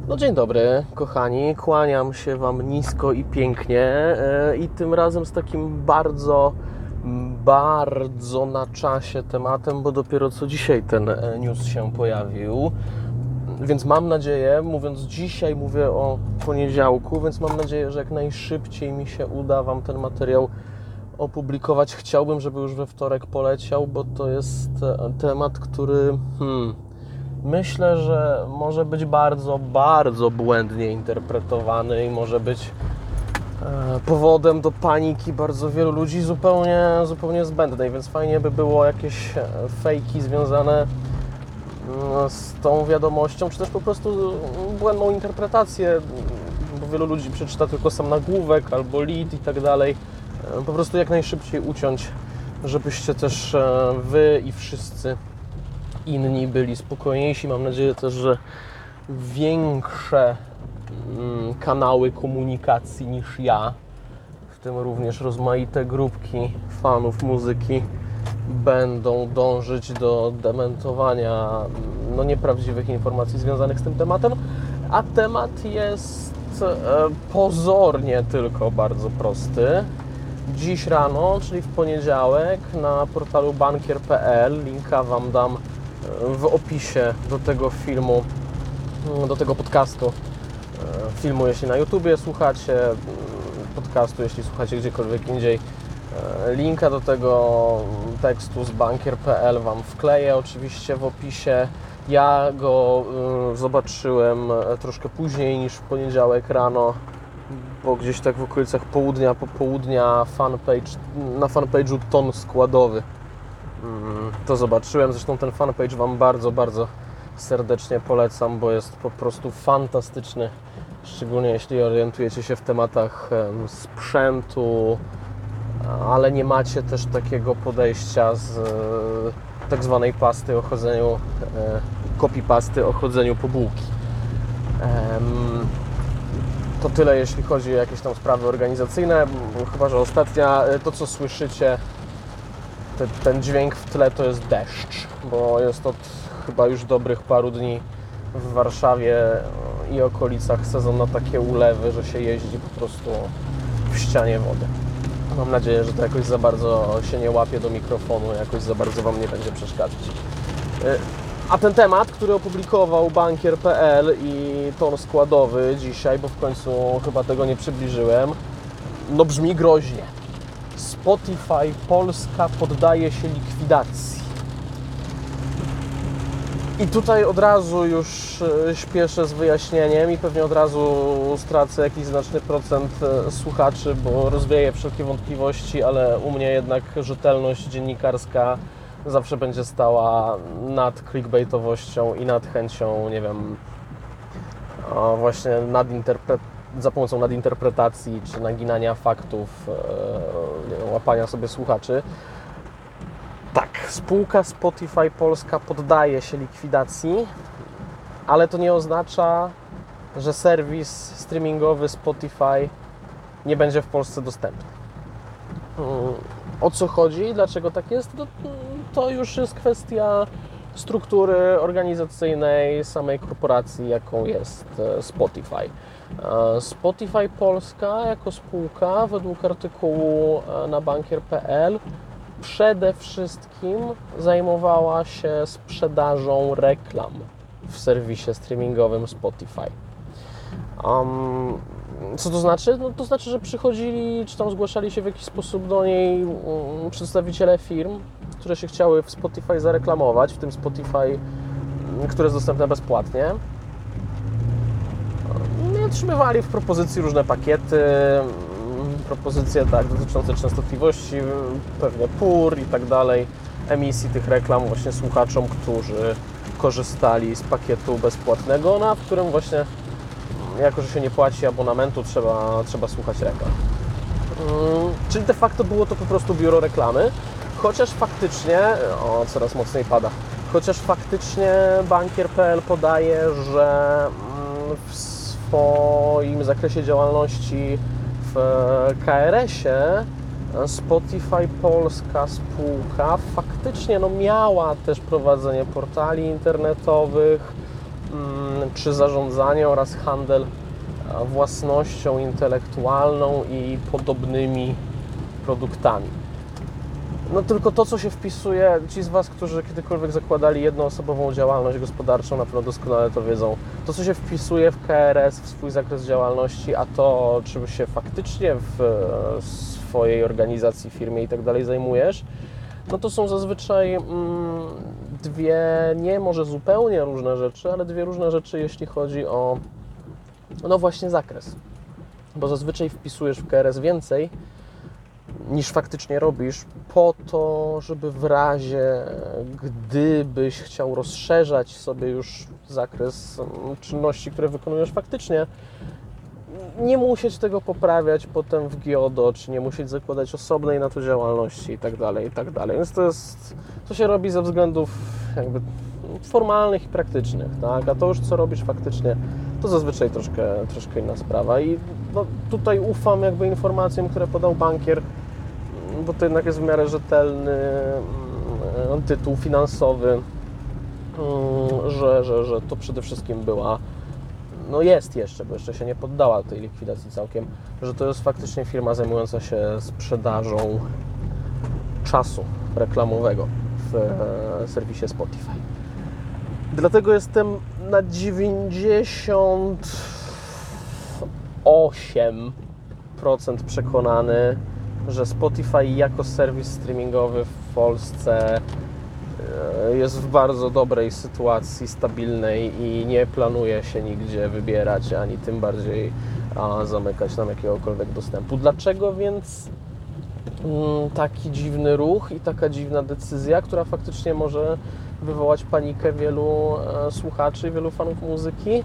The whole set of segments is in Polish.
No dzień dobry, kochani, kłaniam się Wam nisko i pięknie i tym razem z takim bardzo na czasie tematem, bo dopiero co dzisiaj ten news się pojawił, więc mam nadzieję, mówiąc dzisiaj, mówię o poniedziałku, więc mam nadzieję, że jak najszybciej mi się uda Wam ten materiał opublikować. Chciałbym, żeby już we wtorek poleciał, bo to jest temat, który myślę, że może być bardzo błędnie interpretowany i może być powodem do paniki bardzo wielu ludzi zupełnie zbędnej, więc fajnie by było jakieś fejki związane z tą wiadomością, czy też po prostu błędną interpretację, bo wielu ludzi przeczyta tylko sam nagłówek albo lead i tak dalej. Po prostu jak najszybciej uciąć, żebyście też Wy i wszyscy inni byli spokojniejsi. Mam nadzieję też, że większe kanały komunikacji niż ja, w tym również rozmaite grupki fanów muzyki, będą dążyć do dementowania nieprawdziwych informacji związanych z tym tematem, a temat jest pozornie tylko bardzo prosty. Dziś rano, czyli w poniedziałek, na portalu bankier.pl, linka Wam dam w opisie do tego filmu, do tego podcastu. Filmu, jeśli na YouTubie słuchacie, podcastu, jeśli słuchacie gdziekolwiek indziej. Linka do tego tekstu z bankier.pl Wam wkleję oczywiście w opisie. Ja go zobaczyłem troszkę później niż w poniedziałek rano, bo gdzieś tak w okolicach popołudnia na fanpage'u Ton Składowy to zobaczyłem. Zresztą ten fanpage Wam bardzo serdecznie polecam, bo jest po prostu fantastyczny, szczególnie jeśli orientujecie się w tematach sprzętu, ale nie macie też takiego podejścia z tak zwanej pasty o chodzeniu, copy-pasty o chodzeniu po bułki. To tyle, jeśli chodzi o jakieś tam sprawy organizacyjne, chyba że ostatnia, to co słyszycie, ten dźwięk w tle to jest deszcz, bo jest od chyba już dobrych paru dni w Warszawie i okolicach sezon na takie ulewy, że się jeździ po prostu w ścianie wody. Mam nadzieję, że to jakoś za bardzo się nie łapie do mikrofonu, jakoś za bardzo Wam nie będzie przeszkadzać. A ten temat, który opublikował bankier.pl i Ton Składowy dzisiaj, bo w końcu chyba tego nie przybliżyłem, brzmi groźnie. Spotify Polska poddaje się likwidacji. I tutaj od razu już śpieszę z wyjaśnieniem i pewnie od razu stracę jakiś znaczny procent słuchaczy, bo rozwieję wszelkie wątpliwości, ale u mnie jednak rzetelność dziennikarska zawsze będzie stała nad clickbaitowością i nad chęcią, nie wiem, właśnie za pomocą nadinterpretacji czy naginania faktów, łapania sobie słuchaczy. Tak, spółka Spotify Polska poddaje się likwidacji, ale to nie oznacza, że serwis streamingowy Spotify nie będzie w Polsce dostępny. O co chodzi? Dlaczego tak jest? To już jest kwestia struktury organizacyjnej samej korporacji, jaką jest Spotify. Spotify Polska jako spółka według artykułu na bankier.pl przede wszystkim zajmowała się sprzedażą reklam w serwisie streamingowym Spotify. Co to znaczy? To znaczy, że przychodzili, czy tam zgłaszali się w jakiś sposób do niej przedstawiciele firm, które się chciały w Spotify zareklamować, w tym Spotify, które jest dostępne bezpłatnie. I otrzymywali w propozycji różne pakiety, propozycje dotyczące częstotliwości, pewnie PUR i tak dalej, emisji tych reklam właśnie słuchaczom, którzy korzystali z pakietu bezpłatnego, w którym właśnie, jako że się nie płaci abonamentu, trzeba słuchać reklam. Czyli de facto było to po prostu biuro reklamy, chociaż faktycznie, coraz mocniej pada, bankier.pl podaje, że w swoim zakresie działalności w KRS-ie Spotify Polska spółka faktycznie miała też prowadzenie portali internetowych, czy zarządzanie oraz handel własnością intelektualną i podobnymi produktami. No tylko to, co się wpisuje, ci z Was, którzy kiedykolwiek zakładali jednoosobową działalność gospodarczą, na pewno doskonale to wiedzą, to, co się wpisuje w KRS, w swój zakres działalności, a to, czym się faktycznie w swojej organizacji, firmie i tak dalej zajmujesz, no to są zazwyczaj dwie, nie może zupełnie różne rzeczy, ale dwie różne rzeczy, jeśli chodzi o, no właśnie, zakres. Bo zazwyczaj wpisujesz w KRS więcej, niż faktycznie robisz, po to, żeby w razie, gdybyś chciał rozszerzać sobie już zakres czynności, które wykonujesz faktycznie, nie musieć tego poprawiać potem w GIODO, czy nie musieć zakładać osobnej na to działalności itd. Więc to się robi ze względów jakby formalnych i praktycznych, tak? A to już, co robisz faktycznie, to zazwyczaj troszkę inna sprawa. I no, tutaj ufam jakby informacjom, które podał bankier, bo to jednak jest w miarę rzetelny tytuł finansowy, że to przede wszystkim była, no jest jeszcze, bo jeszcze się nie poddała tej likwidacji całkiem, że to jest faktycznie firma zajmująca się sprzedażą czasu reklamowego w serwisie Spotify. Dlatego jestem na 98% przekonany, że Spotify jako serwis streamingowy w Polsce jest w bardzo dobrej sytuacji, stabilnej i nie planuje się nigdzie wybierać, ani tym bardziej zamykać nam jakiegokolwiek dostępu. Dlaczego więc taki dziwny ruch i taka dziwna decyzja, która faktycznie może wywołać panikę wielu słuchaczy, wielu fanów muzyki?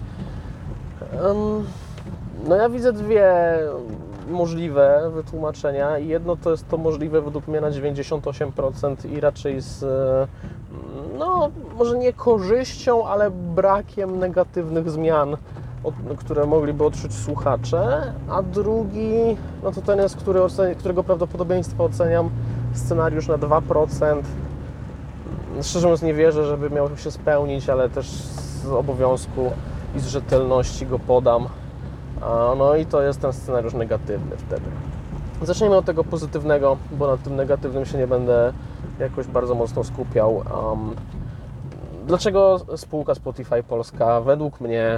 No ja widzę dwie możliwe wytłumaczenia i jedno to jest to możliwe według mnie na 98% i raczej z, no może nie korzyścią, ale brakiem negatywnych zmian, które mogliby odczuć słuchacze, a drugi, no to ten jest, którego prawdopodobieństwo oceniam scenariusz na 2%. Szczerze mówiąc nie wierzę, żeby miał się spełnić, ale też z obowiązku i z rzetelności go podam. No i to jest ten scenariusz negatywny wtedy. Zacznijmy od tego pozytywnego, bo nad tym negatywnym się nie będę jakoś bardzo mocno skupiał. Dlaczego spółka Spotify Polska według mnie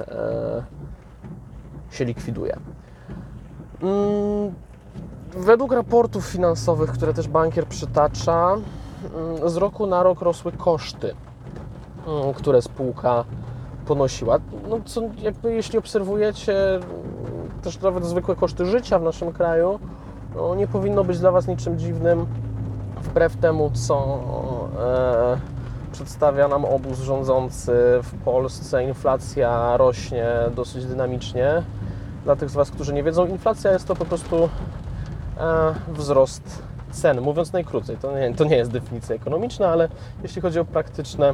się likwiduje? Według raportów finansowych, które też bankier przytacza, z roku na rok rosły koszty, które spółka ponosiła. No co jakby jeśli obserwujecie też nawet zwykłe koszty życia w naszym kraju, no nie powinno być dla Was niczym dziwnym, wbrew temu, co przedstawia nam obóz rządzący w Polsce. Inflacja rośnie dosyć dynamicznie. Dla tych z Was, którzy nie wiedzą, inflacja jest to po prostu wzrost cen. Mówiąc najkrócej, to nie jest definicja ekonomiczna, ale jeśli chodzi o praktyczne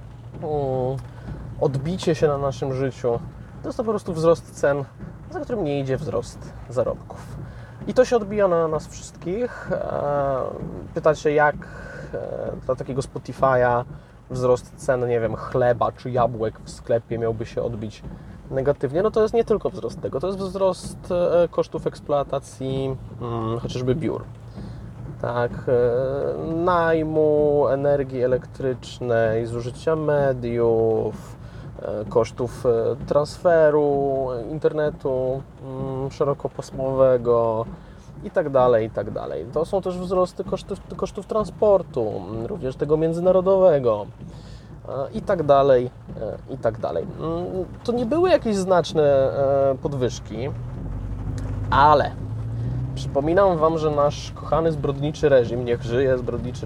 odbicie się na naszym życiu, to jest to po prostu wzrost cen, za którym nie idzie wzrost zarobków. I to się odbija na nas wszystkich. Pytacie, jak dla takiego Spotify'a wzrost cen, nie wiem, chleba czy jabłek w sklepie miałby się odbić negatywnie? No to jest nie tylko wzrost tego, to jest wzrost kosztów eksploatacji chociażby biur. Tak, najmu, energii elektrycznej, zużycia mediów, kosztów transferu, internetu szerokopasmowego i tak dalej. To są też wzrosty kosztów transportu, również tego międzynarodowego i tak dalej. To nie były jakieś znaczne podwyżki, ale przypominam Wam, że nasz kochany zbrodniczy reżim, niech żyje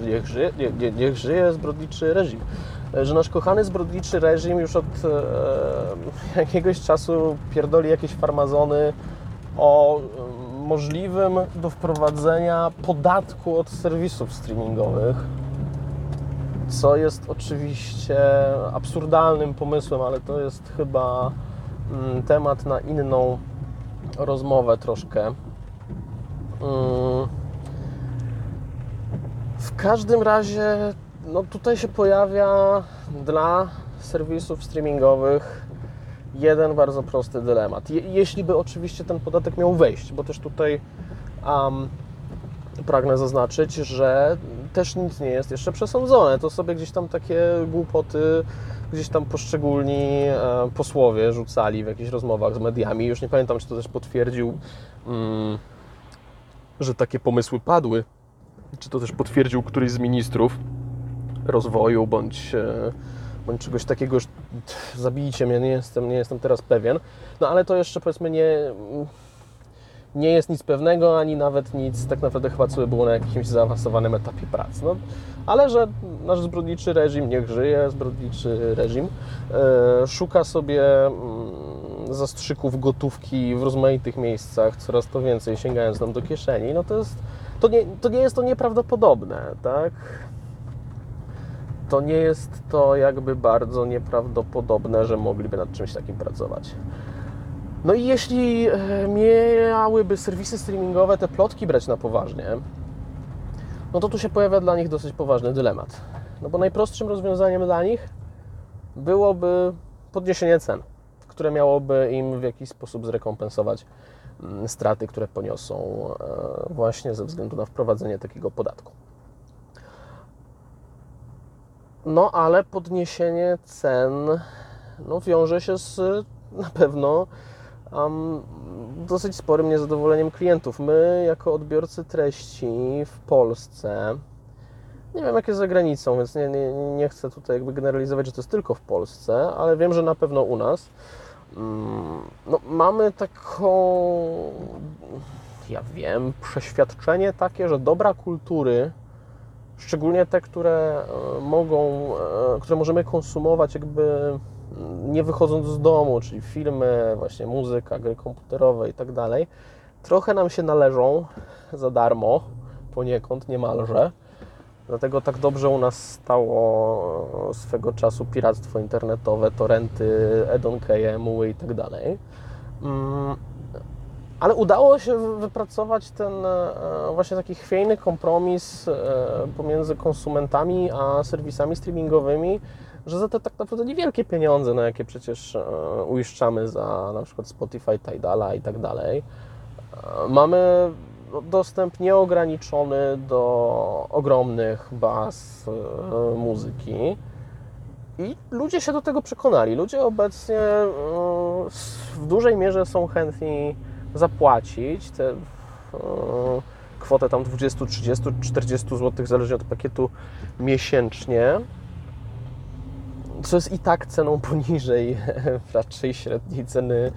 zbrodniczy reżim, że nasz kochany zbrodniczy reżim już od jakiegoś czasu pierdoli jakieś farmazony o możliwym do wprowadzenia podatku od serwisów streamingowych, co jest oczywiście absurdalnym pomysłem, ale to jest chyba temat na inną rozmowę troszkę. W każdym razie no tutaj się pojawia dla serwisów streamingowych jeden bardzo prosty dylemat. Jeśli by oczywiście ten podatek miał wejść, bo też tutaj pragnę zaznaczyć, że też nic nie jest jeszcze przesądzone. To sobie gdzieś tam takie głupoty, gdzieś tam poszczególni posłowie rzucali w jakichś rozmowach z mediami. Już nie pamiętam, czy to też potwierdził, że takie pomysły padły, czy to też potwierdził któryś z ministrów rozwoju, bądź czegoś takiego. Już zabijcie mnie, nie jestem teraz pewien. No ale to jeszcze powiedzmy nie jest nic pewnego, ani nawet nic tak naprawdę chyba, co by było na jakimś zaawansowanym etapie prac. No, ale że nasz zbrodniczy reżim, niech żyje zbrodniczy reżim, szuka sobie zastrzyków gotówki w rozmaitych miejscach, coraz to więcej sięgając nam do kieszeni, no to nie jest to nieprawdopodobne, tak? To nie jest to jakby bardzo nieprawdopodobne, że mogliby nad czymś takim pracować. No i jeśli miałyby serwisy streamingowe te plotki brać na poważnie, no to tu się pojawia dla nich dosyć poważny dylemat. No bo najprostszym rozwiązaniem dla nich byłoby podniesienie cen, które miałoby im w jakiś sposób zrekompensować straty, które poniosą właśnie ze względu na wprowadzenie takiego podatku. No ale podniesienie cen wiąże się z na pewno dosyć sporym niezadowoleniem klientów. My jako odbiorcy treści w Polsce, nie wiem jak jest za granicą, więc nie chcę tutaj jakby generalizować, że to jest tylko w Polsce, ale wiem, że na pewno u nas mamy przeświadczenie takie, że dobra kultury, szczególnie te, które możemy konsumować jakby nie wychodząc z domu, czyli filmy, właśnie muzyka, gry komputerowe i tak dalej, trochę nam się należą za darmo, poniekąd, niemalże. Dlatego tak dobrze u nas stało swego czasu piractwo internetowe, torrenty, edonkeje, emuły i tak dalej. Ale udało się wypracować ten właśnie taki chwiejny kompromis pomiędzy konsumentami a serwisami streamingowymi, że za te tak naprawdę niewielkie pieniądze, na jakie przecież uiszczamy za na przykład Spotify, Tidala i tak dalej, mamy dostęp nieograniczony do ogromnych baz muzyki i ludzie się do tego przekonali. Ludzie obecnie w dużej mierze są chętni zapłacić tę kwotę tam 20, 30, 40 zł, zależnie od pakietu miesięcznie, co jest i tak ceną poniżej raczej średniej ceny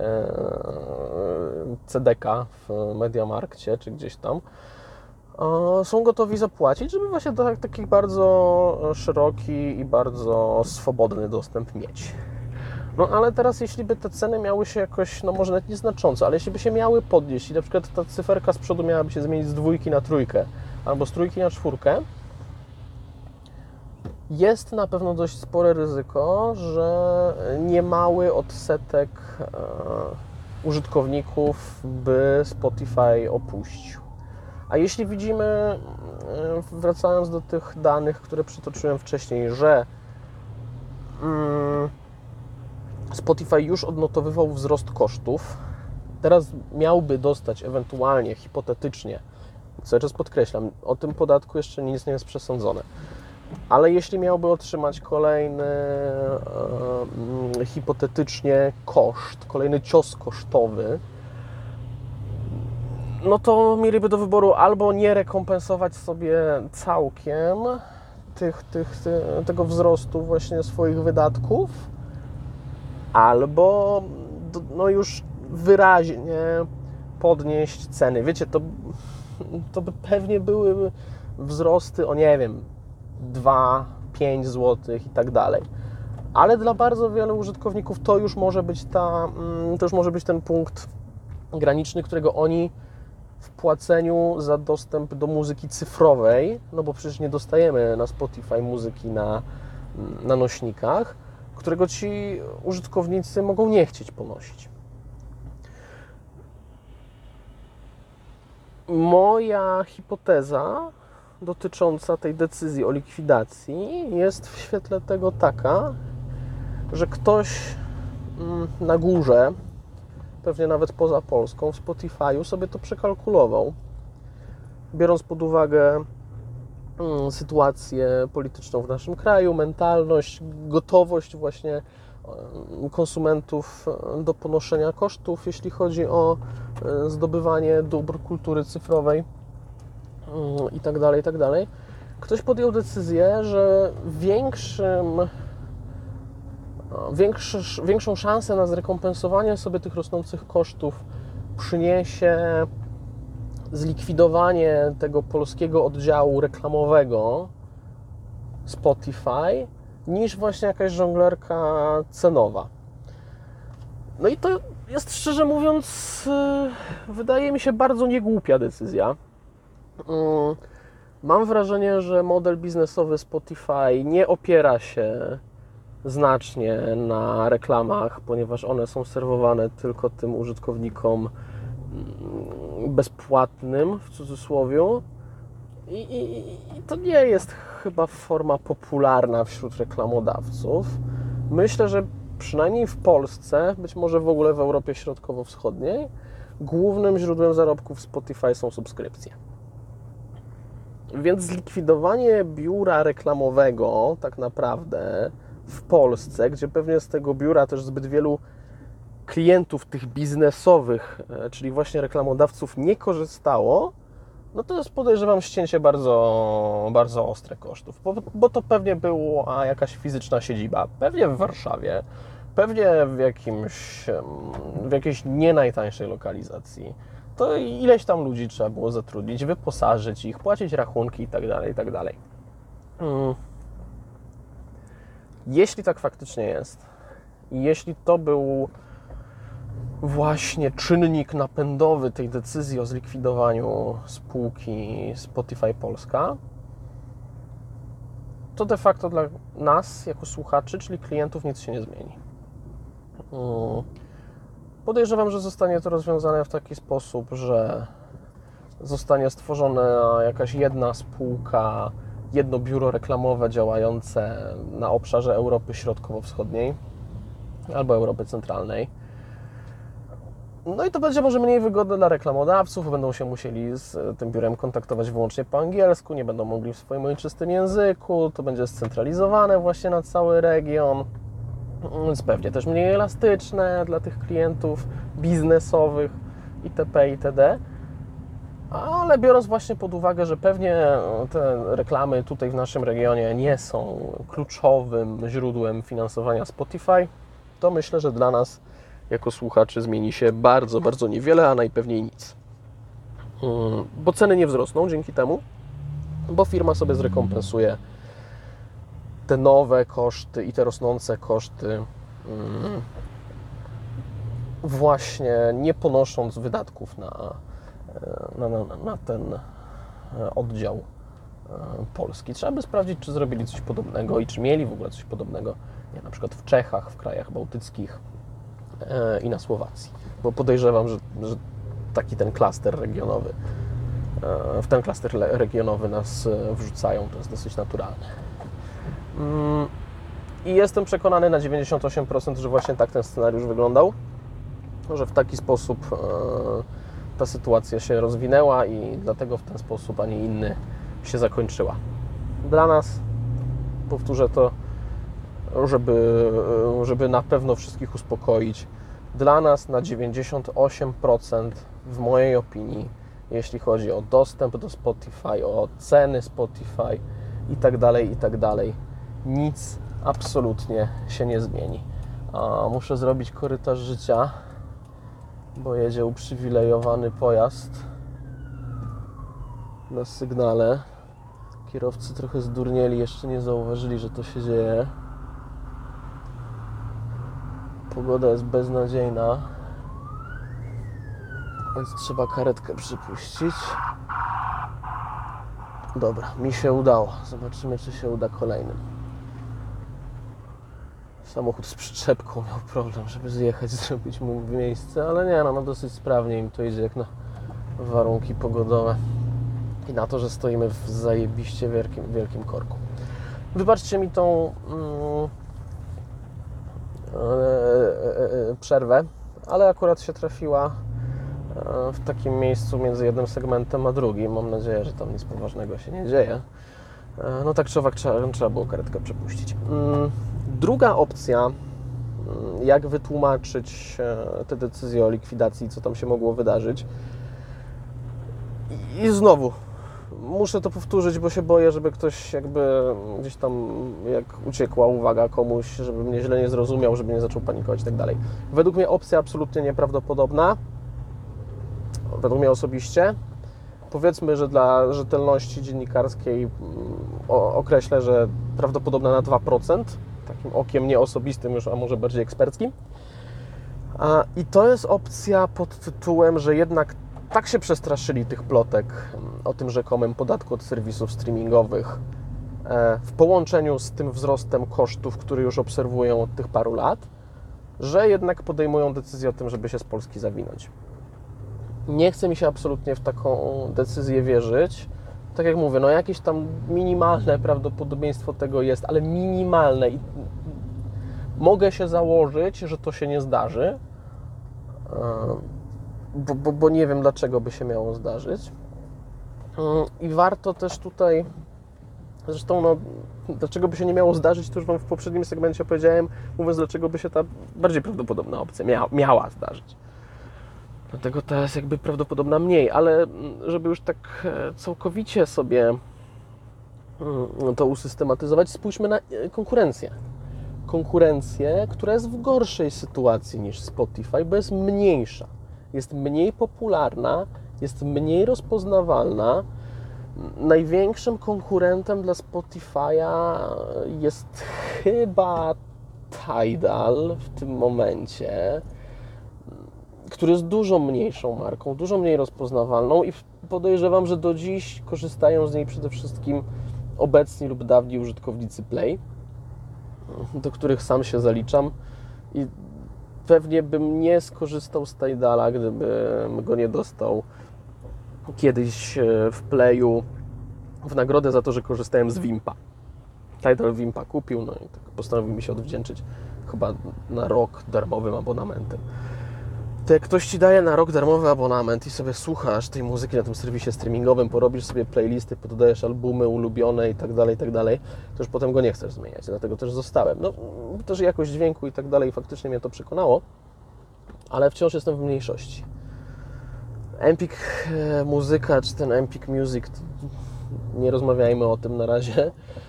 CDK w Mediamarkcie czy gdzieś tam. Są gotowi zapłacić, żeby właśnie taki bardzo szeroki i bardzo swobodny dostęp mieć. No ale teraz jeśli by te ceny miały się jakoś, może nawet nieznacząco, ale jeśli by się miały podnieść i na przykład ta cyferka z przodu miałaby się zmienić z 2 na 3 albo z 3 na 4, jest na pewno dość spore ryzyko, że niemały odsetek użytkowników by Spotify opuścił. A jeśli widzimy, wracając do tych danych, które przytoczyłem wcześniej, że Spotify już odnotowywał wzrost kosztów, teraz miałby dostać ewentualnie, hipotetycznie, cały czas podkreślam, o tym podatku jeszcze nic nie jest przesądzone, ale jeśli miałby otrzymać kolejny hipotetycznie koszt, kolejny cios kosztowy, no to mieliby do wyboru albo nie rekompensować sobie całkiem tego wzrostu właśnie swoich wydatków, albo już wyraźnie podnieść ceny. Wiecie, to by pewnie były wzrosty o 2-5 zł i tak dalej. Ale dla bardzo wielu użytkowników to już może być ten punkt graniczny, którego oni w płaceniu za dostęp do muzyki cyfrowej, bo przecież nie dostajemy na Spotify muzyki na nośnikach, którego ci użytkownicy mogą nie chcieć ponosić. Moja hipoteza dotycząca tej decyzji o likwidacji jest w świetle tego taka, że ktoś na górze, pewnie nawet poza Polską, w Spotify'u sobie to przekalkulował, biorąc pod uwagę sytuację polityczną w naszym kraju, mentalność, gotowość właśnie konsumentów do ponoszenia kosztów, jeśli chodzi o zdobywanie dóbr kultury cyfrowej i tak dalej, i tak dalej. Ktoś podjął decyzję, że większą szansę na zrekompensowanie sobie tych rosnących kosztów przyniesie zlikwidowanie tego polskiego oddziału reklamowego Spotify niż właśnie jakaś żonglerka cenowa. No i to jest, szczerze mówiąc, wydaje mi się bardzo niegłupia decyzja. Mam wrażenie, że model biznesowy Spotify nie opiera się znacznie na reklamach, ponieważ one są serwowane tylko tym użytkownikom bezpłatnym, w cudzysłowie. I to nie jest chyba forma popularna wśród reklamodawców. Myślę, że przynajmniej w Polsce, być może w ogóle w Europie Środkowo-Wschodniej, głównym źródłem zarobków Spotify są subskrypcje. Więc zlikwidowanie biura reklamowego tak naprawdę w Polsce, gdzie pewnie z tego biura też zbyt wielu klientów tych biznesowych, czyli właśnie reklamodawców, nie korzystało, no to jest, podejrzewam, ścięcie bardzo, bardzo ostre kosztów, bo to pewnie była jakaś fizyczna siedziba, pewnie w Warszawie, pewnie w jakiejś nie najtańszej lokalizacji. To ileś tam ludzi trzeba było zatrudnić, wyposażyć ich, płacić rachunki i tak dalej, i tak dalej. Jeśli tak faktycznie jest, jeśli to był właśnie czynnik napędowy tej decyzji o zlikwidowaniu spółki Spotify Polska, to de facto dla nas, jako słuchaczy, czyli klientów, nic się nie zmieni. Podejrzewam, że zostanie to rozwiązane w taki sposób, że zostanie stworzona jakaś jedna spółka, jedno biuro reklamowe działające na obszarze Europy Środkowo-Wschodniej albo Europy Centralnej. No i to będzie może mniej wygodne dla reklamodawców, będą się musieli z tym biurem kontaktować wyłącznie po angielsku, nie będą mogli w swoim ojczystym języku, to będzie scentralizowane właśnie na cały region, więc pewnie też mniej elastyczne dla tych klientów biznesowych itp. itd. Ale biorąc właśnie pod uwagę, że pewnie te reklamy tutaj w naszym regionie nie są kluczowym źródłem finansowania Spotify, to myślę, że dla nas jako słuchaczy zmieni się bardzo, bardzo niewiele, a najpewniej nic. Bo ceny nie wzrosną dzięki temu, bo firma sobie zrekompensuje te nowe koszty i te rosnące koszty właśnie nie ponosząc wydatków na ten oddział polski. Trzeba by sprawdzić, czy zrobili coś podobnego i czy mieli w ogóle coś podobnego, nie, na przykład w Czechach, w krajach bałtyckich i na Słowacji, bo podejrzewam, że taki ten klaster regionowy, w ten klaster regionowy nas wrzucają, to jest dosyć naturalne. I jestem przekonany na 98%, że właśnie tak ten scenariusz wyglądał, że w taki sposób ta sytuacja się rozwinęła i dlatego w ten sposób, a nie inny się zakończyła. Dla nas, powtórzę to, żeby na pewno wszystkich uspokoić, dla nas na 98% w mojej opinii, jeśli chodzi o dostęp do Spotify, o ceny Spotify i tak dalej, nic absolutnie się nie zmieni. Muszę zrobić korytarz życia, bo jedzie uprzywilejowany pojazd na sygnale. Kierowcy trochę zdurnieli, jeszcze nie zauważyli, że to się dzieje. Pogoda jest beznadziejna, więc trzeba karetkę przypuścić. Dobra, mi się udało. Zobaczymy, czy się uda kolejnym. Samochód z przyczepką miał problem, żeby zjechać, zrobić mu miejsce, ale nie, no dosyć sprawnie im to idzie jak na warunki pogodowe i na to, że stoimy w zajebiście wielkim korku. Wybaczcie mi tą przerwę, ale akurat się trafiła w takim miejscu między jednym segmentem a drugim. Mam nadzieję, że tam nic poważnego się nie dzieje. No tak czy owak trzeba było karetkę przepuścić. Druga opcja, jak wytłumaczyć te decyzje o likwidacji, co tam się mogło wydarzyć. I znowu, muszę to powtórzyć, bo się boję, żeby ktoś jakby gdzieś tam, jak uciekła uwaga komuś, żeby mnie źle nie zrozumiał, żeby nie zaczął panikować i tak dalej. Według mnie opcja absolutnie nieprawdopodobna. Według mnie osobiście. Powiedzmy, że dla rzetelności dziennikarskiej określę, że prawdopodobna na 2%. Takim okiem nieosobistym już, a może bardziej eksperckim. I to jest opcja pod tytułem, że jednak tak się przestraszyli tych plotek o tym rzekomym podatku od serwisów streamingowych w połączeniu z tym wzrostem kosztów, który już obserwują od tych paru lat, że jednak podejmują decyzję o tym, żeby się z Polski zawinąć. Nie chce mi się absolutnie w taką decyzję wierzyć. Tak jak mówię, no jakieś tam minimalne prawdopodobieństwo tego jest, ale minimalne i mogę się założyć, że to się nie zdarzy, bo nie wiem, dlaczego by się miało zdarzyć. I warto też tutaj, zresztą no, dlaczego by się nie miało zdarzyć, to już Wam w poprzednim segmencie powiedziałem, mówiąc, dlaczego by się ta bardziej prawdopodobna opcja miała zdarzyć. Dlatego ta jest jakby prawdopodobna mniej, ale żeby już tak całkowicie sobie to usystematyzować, spójrzmy na konkurencję. Konkurencję, która jest w gorszej sytuacji niż Spotify, bo jest mniejsza, jest mniej popularna, jest mniej rozpoznawalna. Największym konkurentem dla Spotify'a jest chyba Tidal w tym momencie, który jest dużo mniejszą marką, dużo mniej rozpoznawalną i podejrzewam, że do dziś korzystają z niej przede wszystkim obecni lub dawni użytkownicy Play, do których sam się zaliczam i pewnie bym nie skorzystał z Tidala, gdybym go nie dostał kiedyś w Playu w nagrodę za to, że korzystałem z Wimpa. Tidal Wimpa kupił, no i tak postanowił mi się odwdzięczyć chyba na rok darmowym abonamentem. To jak ktoś Ci daje na rok darmowy abonament i sobie słuchasz tej muzyki na tym serwisie streamingowym, porobisz sobie playlisty, pododajesz albumy ulubione i tak dalej, to już potem go nie chcesz zmieniać, dlatego też zostałem. No, też jakość dźwięku i tak dalej, faktycznie mnie to przekonało, ale wciąż jestem w mniejszości. Empik Muzyka, czy ten Empik Music, nie rozmawiajmy o tym na razie.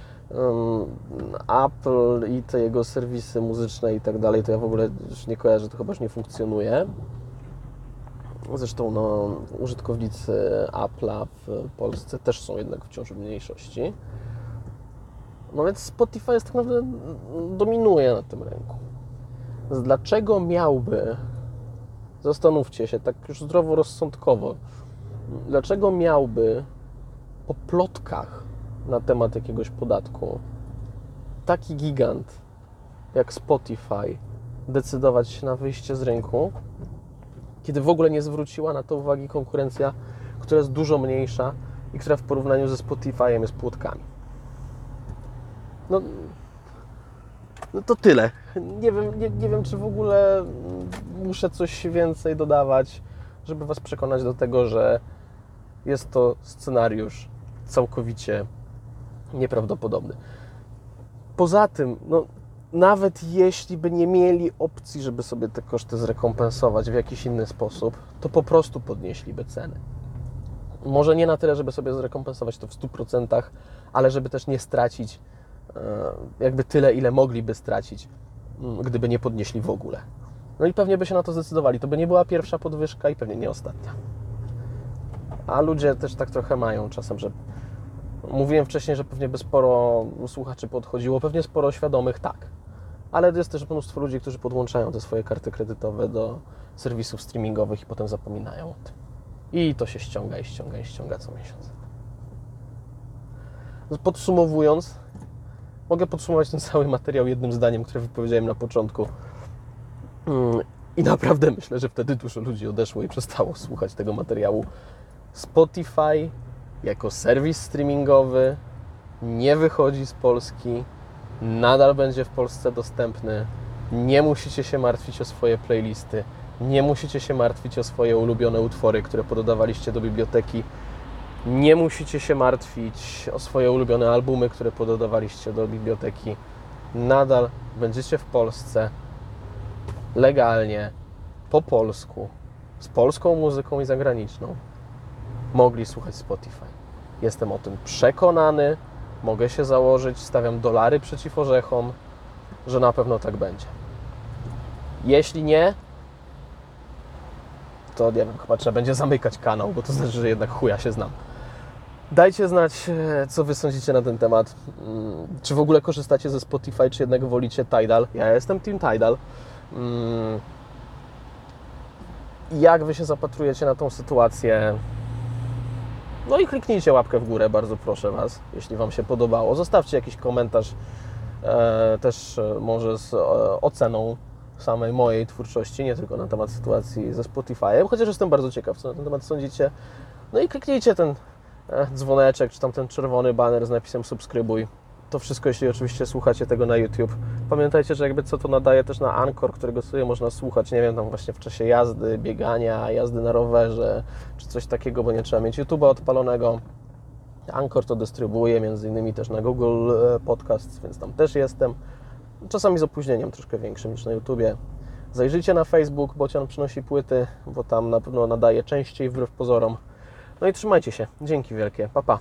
Apple i te jego serwisy muzyczne i tak dalej, to ja w ogóle już nie kojarzę, to chyba już nie funkcjonuje. Zresztą no, użytkownicy Apple'a w Polsce też są jednak wciąż w mniejszości. No więc Spotify jest tak naprawdę dominuje na tym rynku. Więc dlaczego miałby, zastanówcie się tak już zdroworozsądkowo, dlaczego miałby po plotkach na temat jakiegoś podatku taki gigant jak Spotify decydować się na wyjście z rynku, kiedy w ogóle nie zwróciła na to uwagi konkurencja, która jest dużo mniejsza i która w porównaniu ze Spotify'em jest płotkami. No to tyle. Nie wiem, czy w ogóle muszę coś więcej dodawać, żeby Was przekonać do tego, że jest to scenariusz całkowicie nieprawdopodobny. Poza tym, no, nawet jeśli by nie mieli opcji, żeby sobie te koszty zrekompensować w jakiś inny sposób, to po prostu podnieśliby ceny. Może nie na tyle, żeby sobie zrekompensować to w 100%, ale żeby też nie stracić jakby tyle, ile mogliby stracić, gdyby nie podnieśli w ogóle. No i pewnie by się na to zdecydowali. To by nie była pierwsza podwyżka i pewnie nie ostatnia. A ludzie też tak trochę mają czasem, że mówiłem wcześniej, że pewnie by sporo słuchaczy podchodziło, pewnie sporo świadomych, tak. Ale jest też mnóstwo ludzi, którzy podłączają te swoje karty kredytowe do serwisów streamingowych i potem zapominają o tym. I to się ściąga co miesiąc. Podsumowując, mogę podsumować ten cały materiał jednym zdaniem, które wypowiedziałem na początku. I naprawdę myślę, że wtedy dużo ludzi odeszło i przestało słuchać tego materiału. Spotify jako serwis streamingowy nie wychodzi z Polski, nadal będzie w Polsce dostępny Nie musicie się martwić o swoje playlisty. Nie musicie się martwić o swoje ulubione utwory, które pododawaliście do biblioteki. Nie musicie się martwić o swoje ulubione albumy, które pododawaliście do biblioteki. Nadal będziecie w Polsce legalnie, po polsku, z polską muzyką i zagraniczną mogli słuchać Spotify. Jestem o tym przekonany, mogę się założyć, stawiam dolary przeciw orzechom, że na pewno tak będzie. Jeśli nie, to nie wiem, chyba trzeba będzie zamykać kanał, bo to znaczy, że jednak chuja się znam. Dajcie znać, co Wy sądzicie na ten temat. Czy w ogóle korzystacie ze Spotify, czy jednak wolicie Tidal? Ja jestem Team Tidal. Jak Wy się zapatrujecie na tą sytuację? No i kliknijcie łapkę w górę, bardzo proszę Was, jeśli Wam się podobało. Zostawcie jakiś komentarz też może z oceną samej mojej twórczości, nie tylko na temat sytuacji ze Spotify'em, chociaż jestem bardzo ciekaw, co na ten temat sądzicie. No i kliknijcie ten dzwoneczek, czy tam ten czerwony baner z napisem subskrybuj. To wszystko, jeśli oczywiście słuchacie tego na YouTube. Pamiętajcie, że jakby co, to nadaje też na Anchor, którego sobie można słuchać, nie wiem, tam właśnie w czasie jazdy, biegania, jazdy na rowerze, czy coś takiego, bo nie trzeba mieć YouTube'a odpalonego. Anchor to dystrybuuje, między innymi też na Google Podcasts, więc tam też jestem. Czasami z opóźnieniem troszkę większym niż na YouTubie. Zajrzyjcie na Facebook, Bocian przynosi płyty, bo tam na pewno nadaje częściej wbrew pozorom. No i trzymajcie się. Dzięki wielkie. Pa, pa.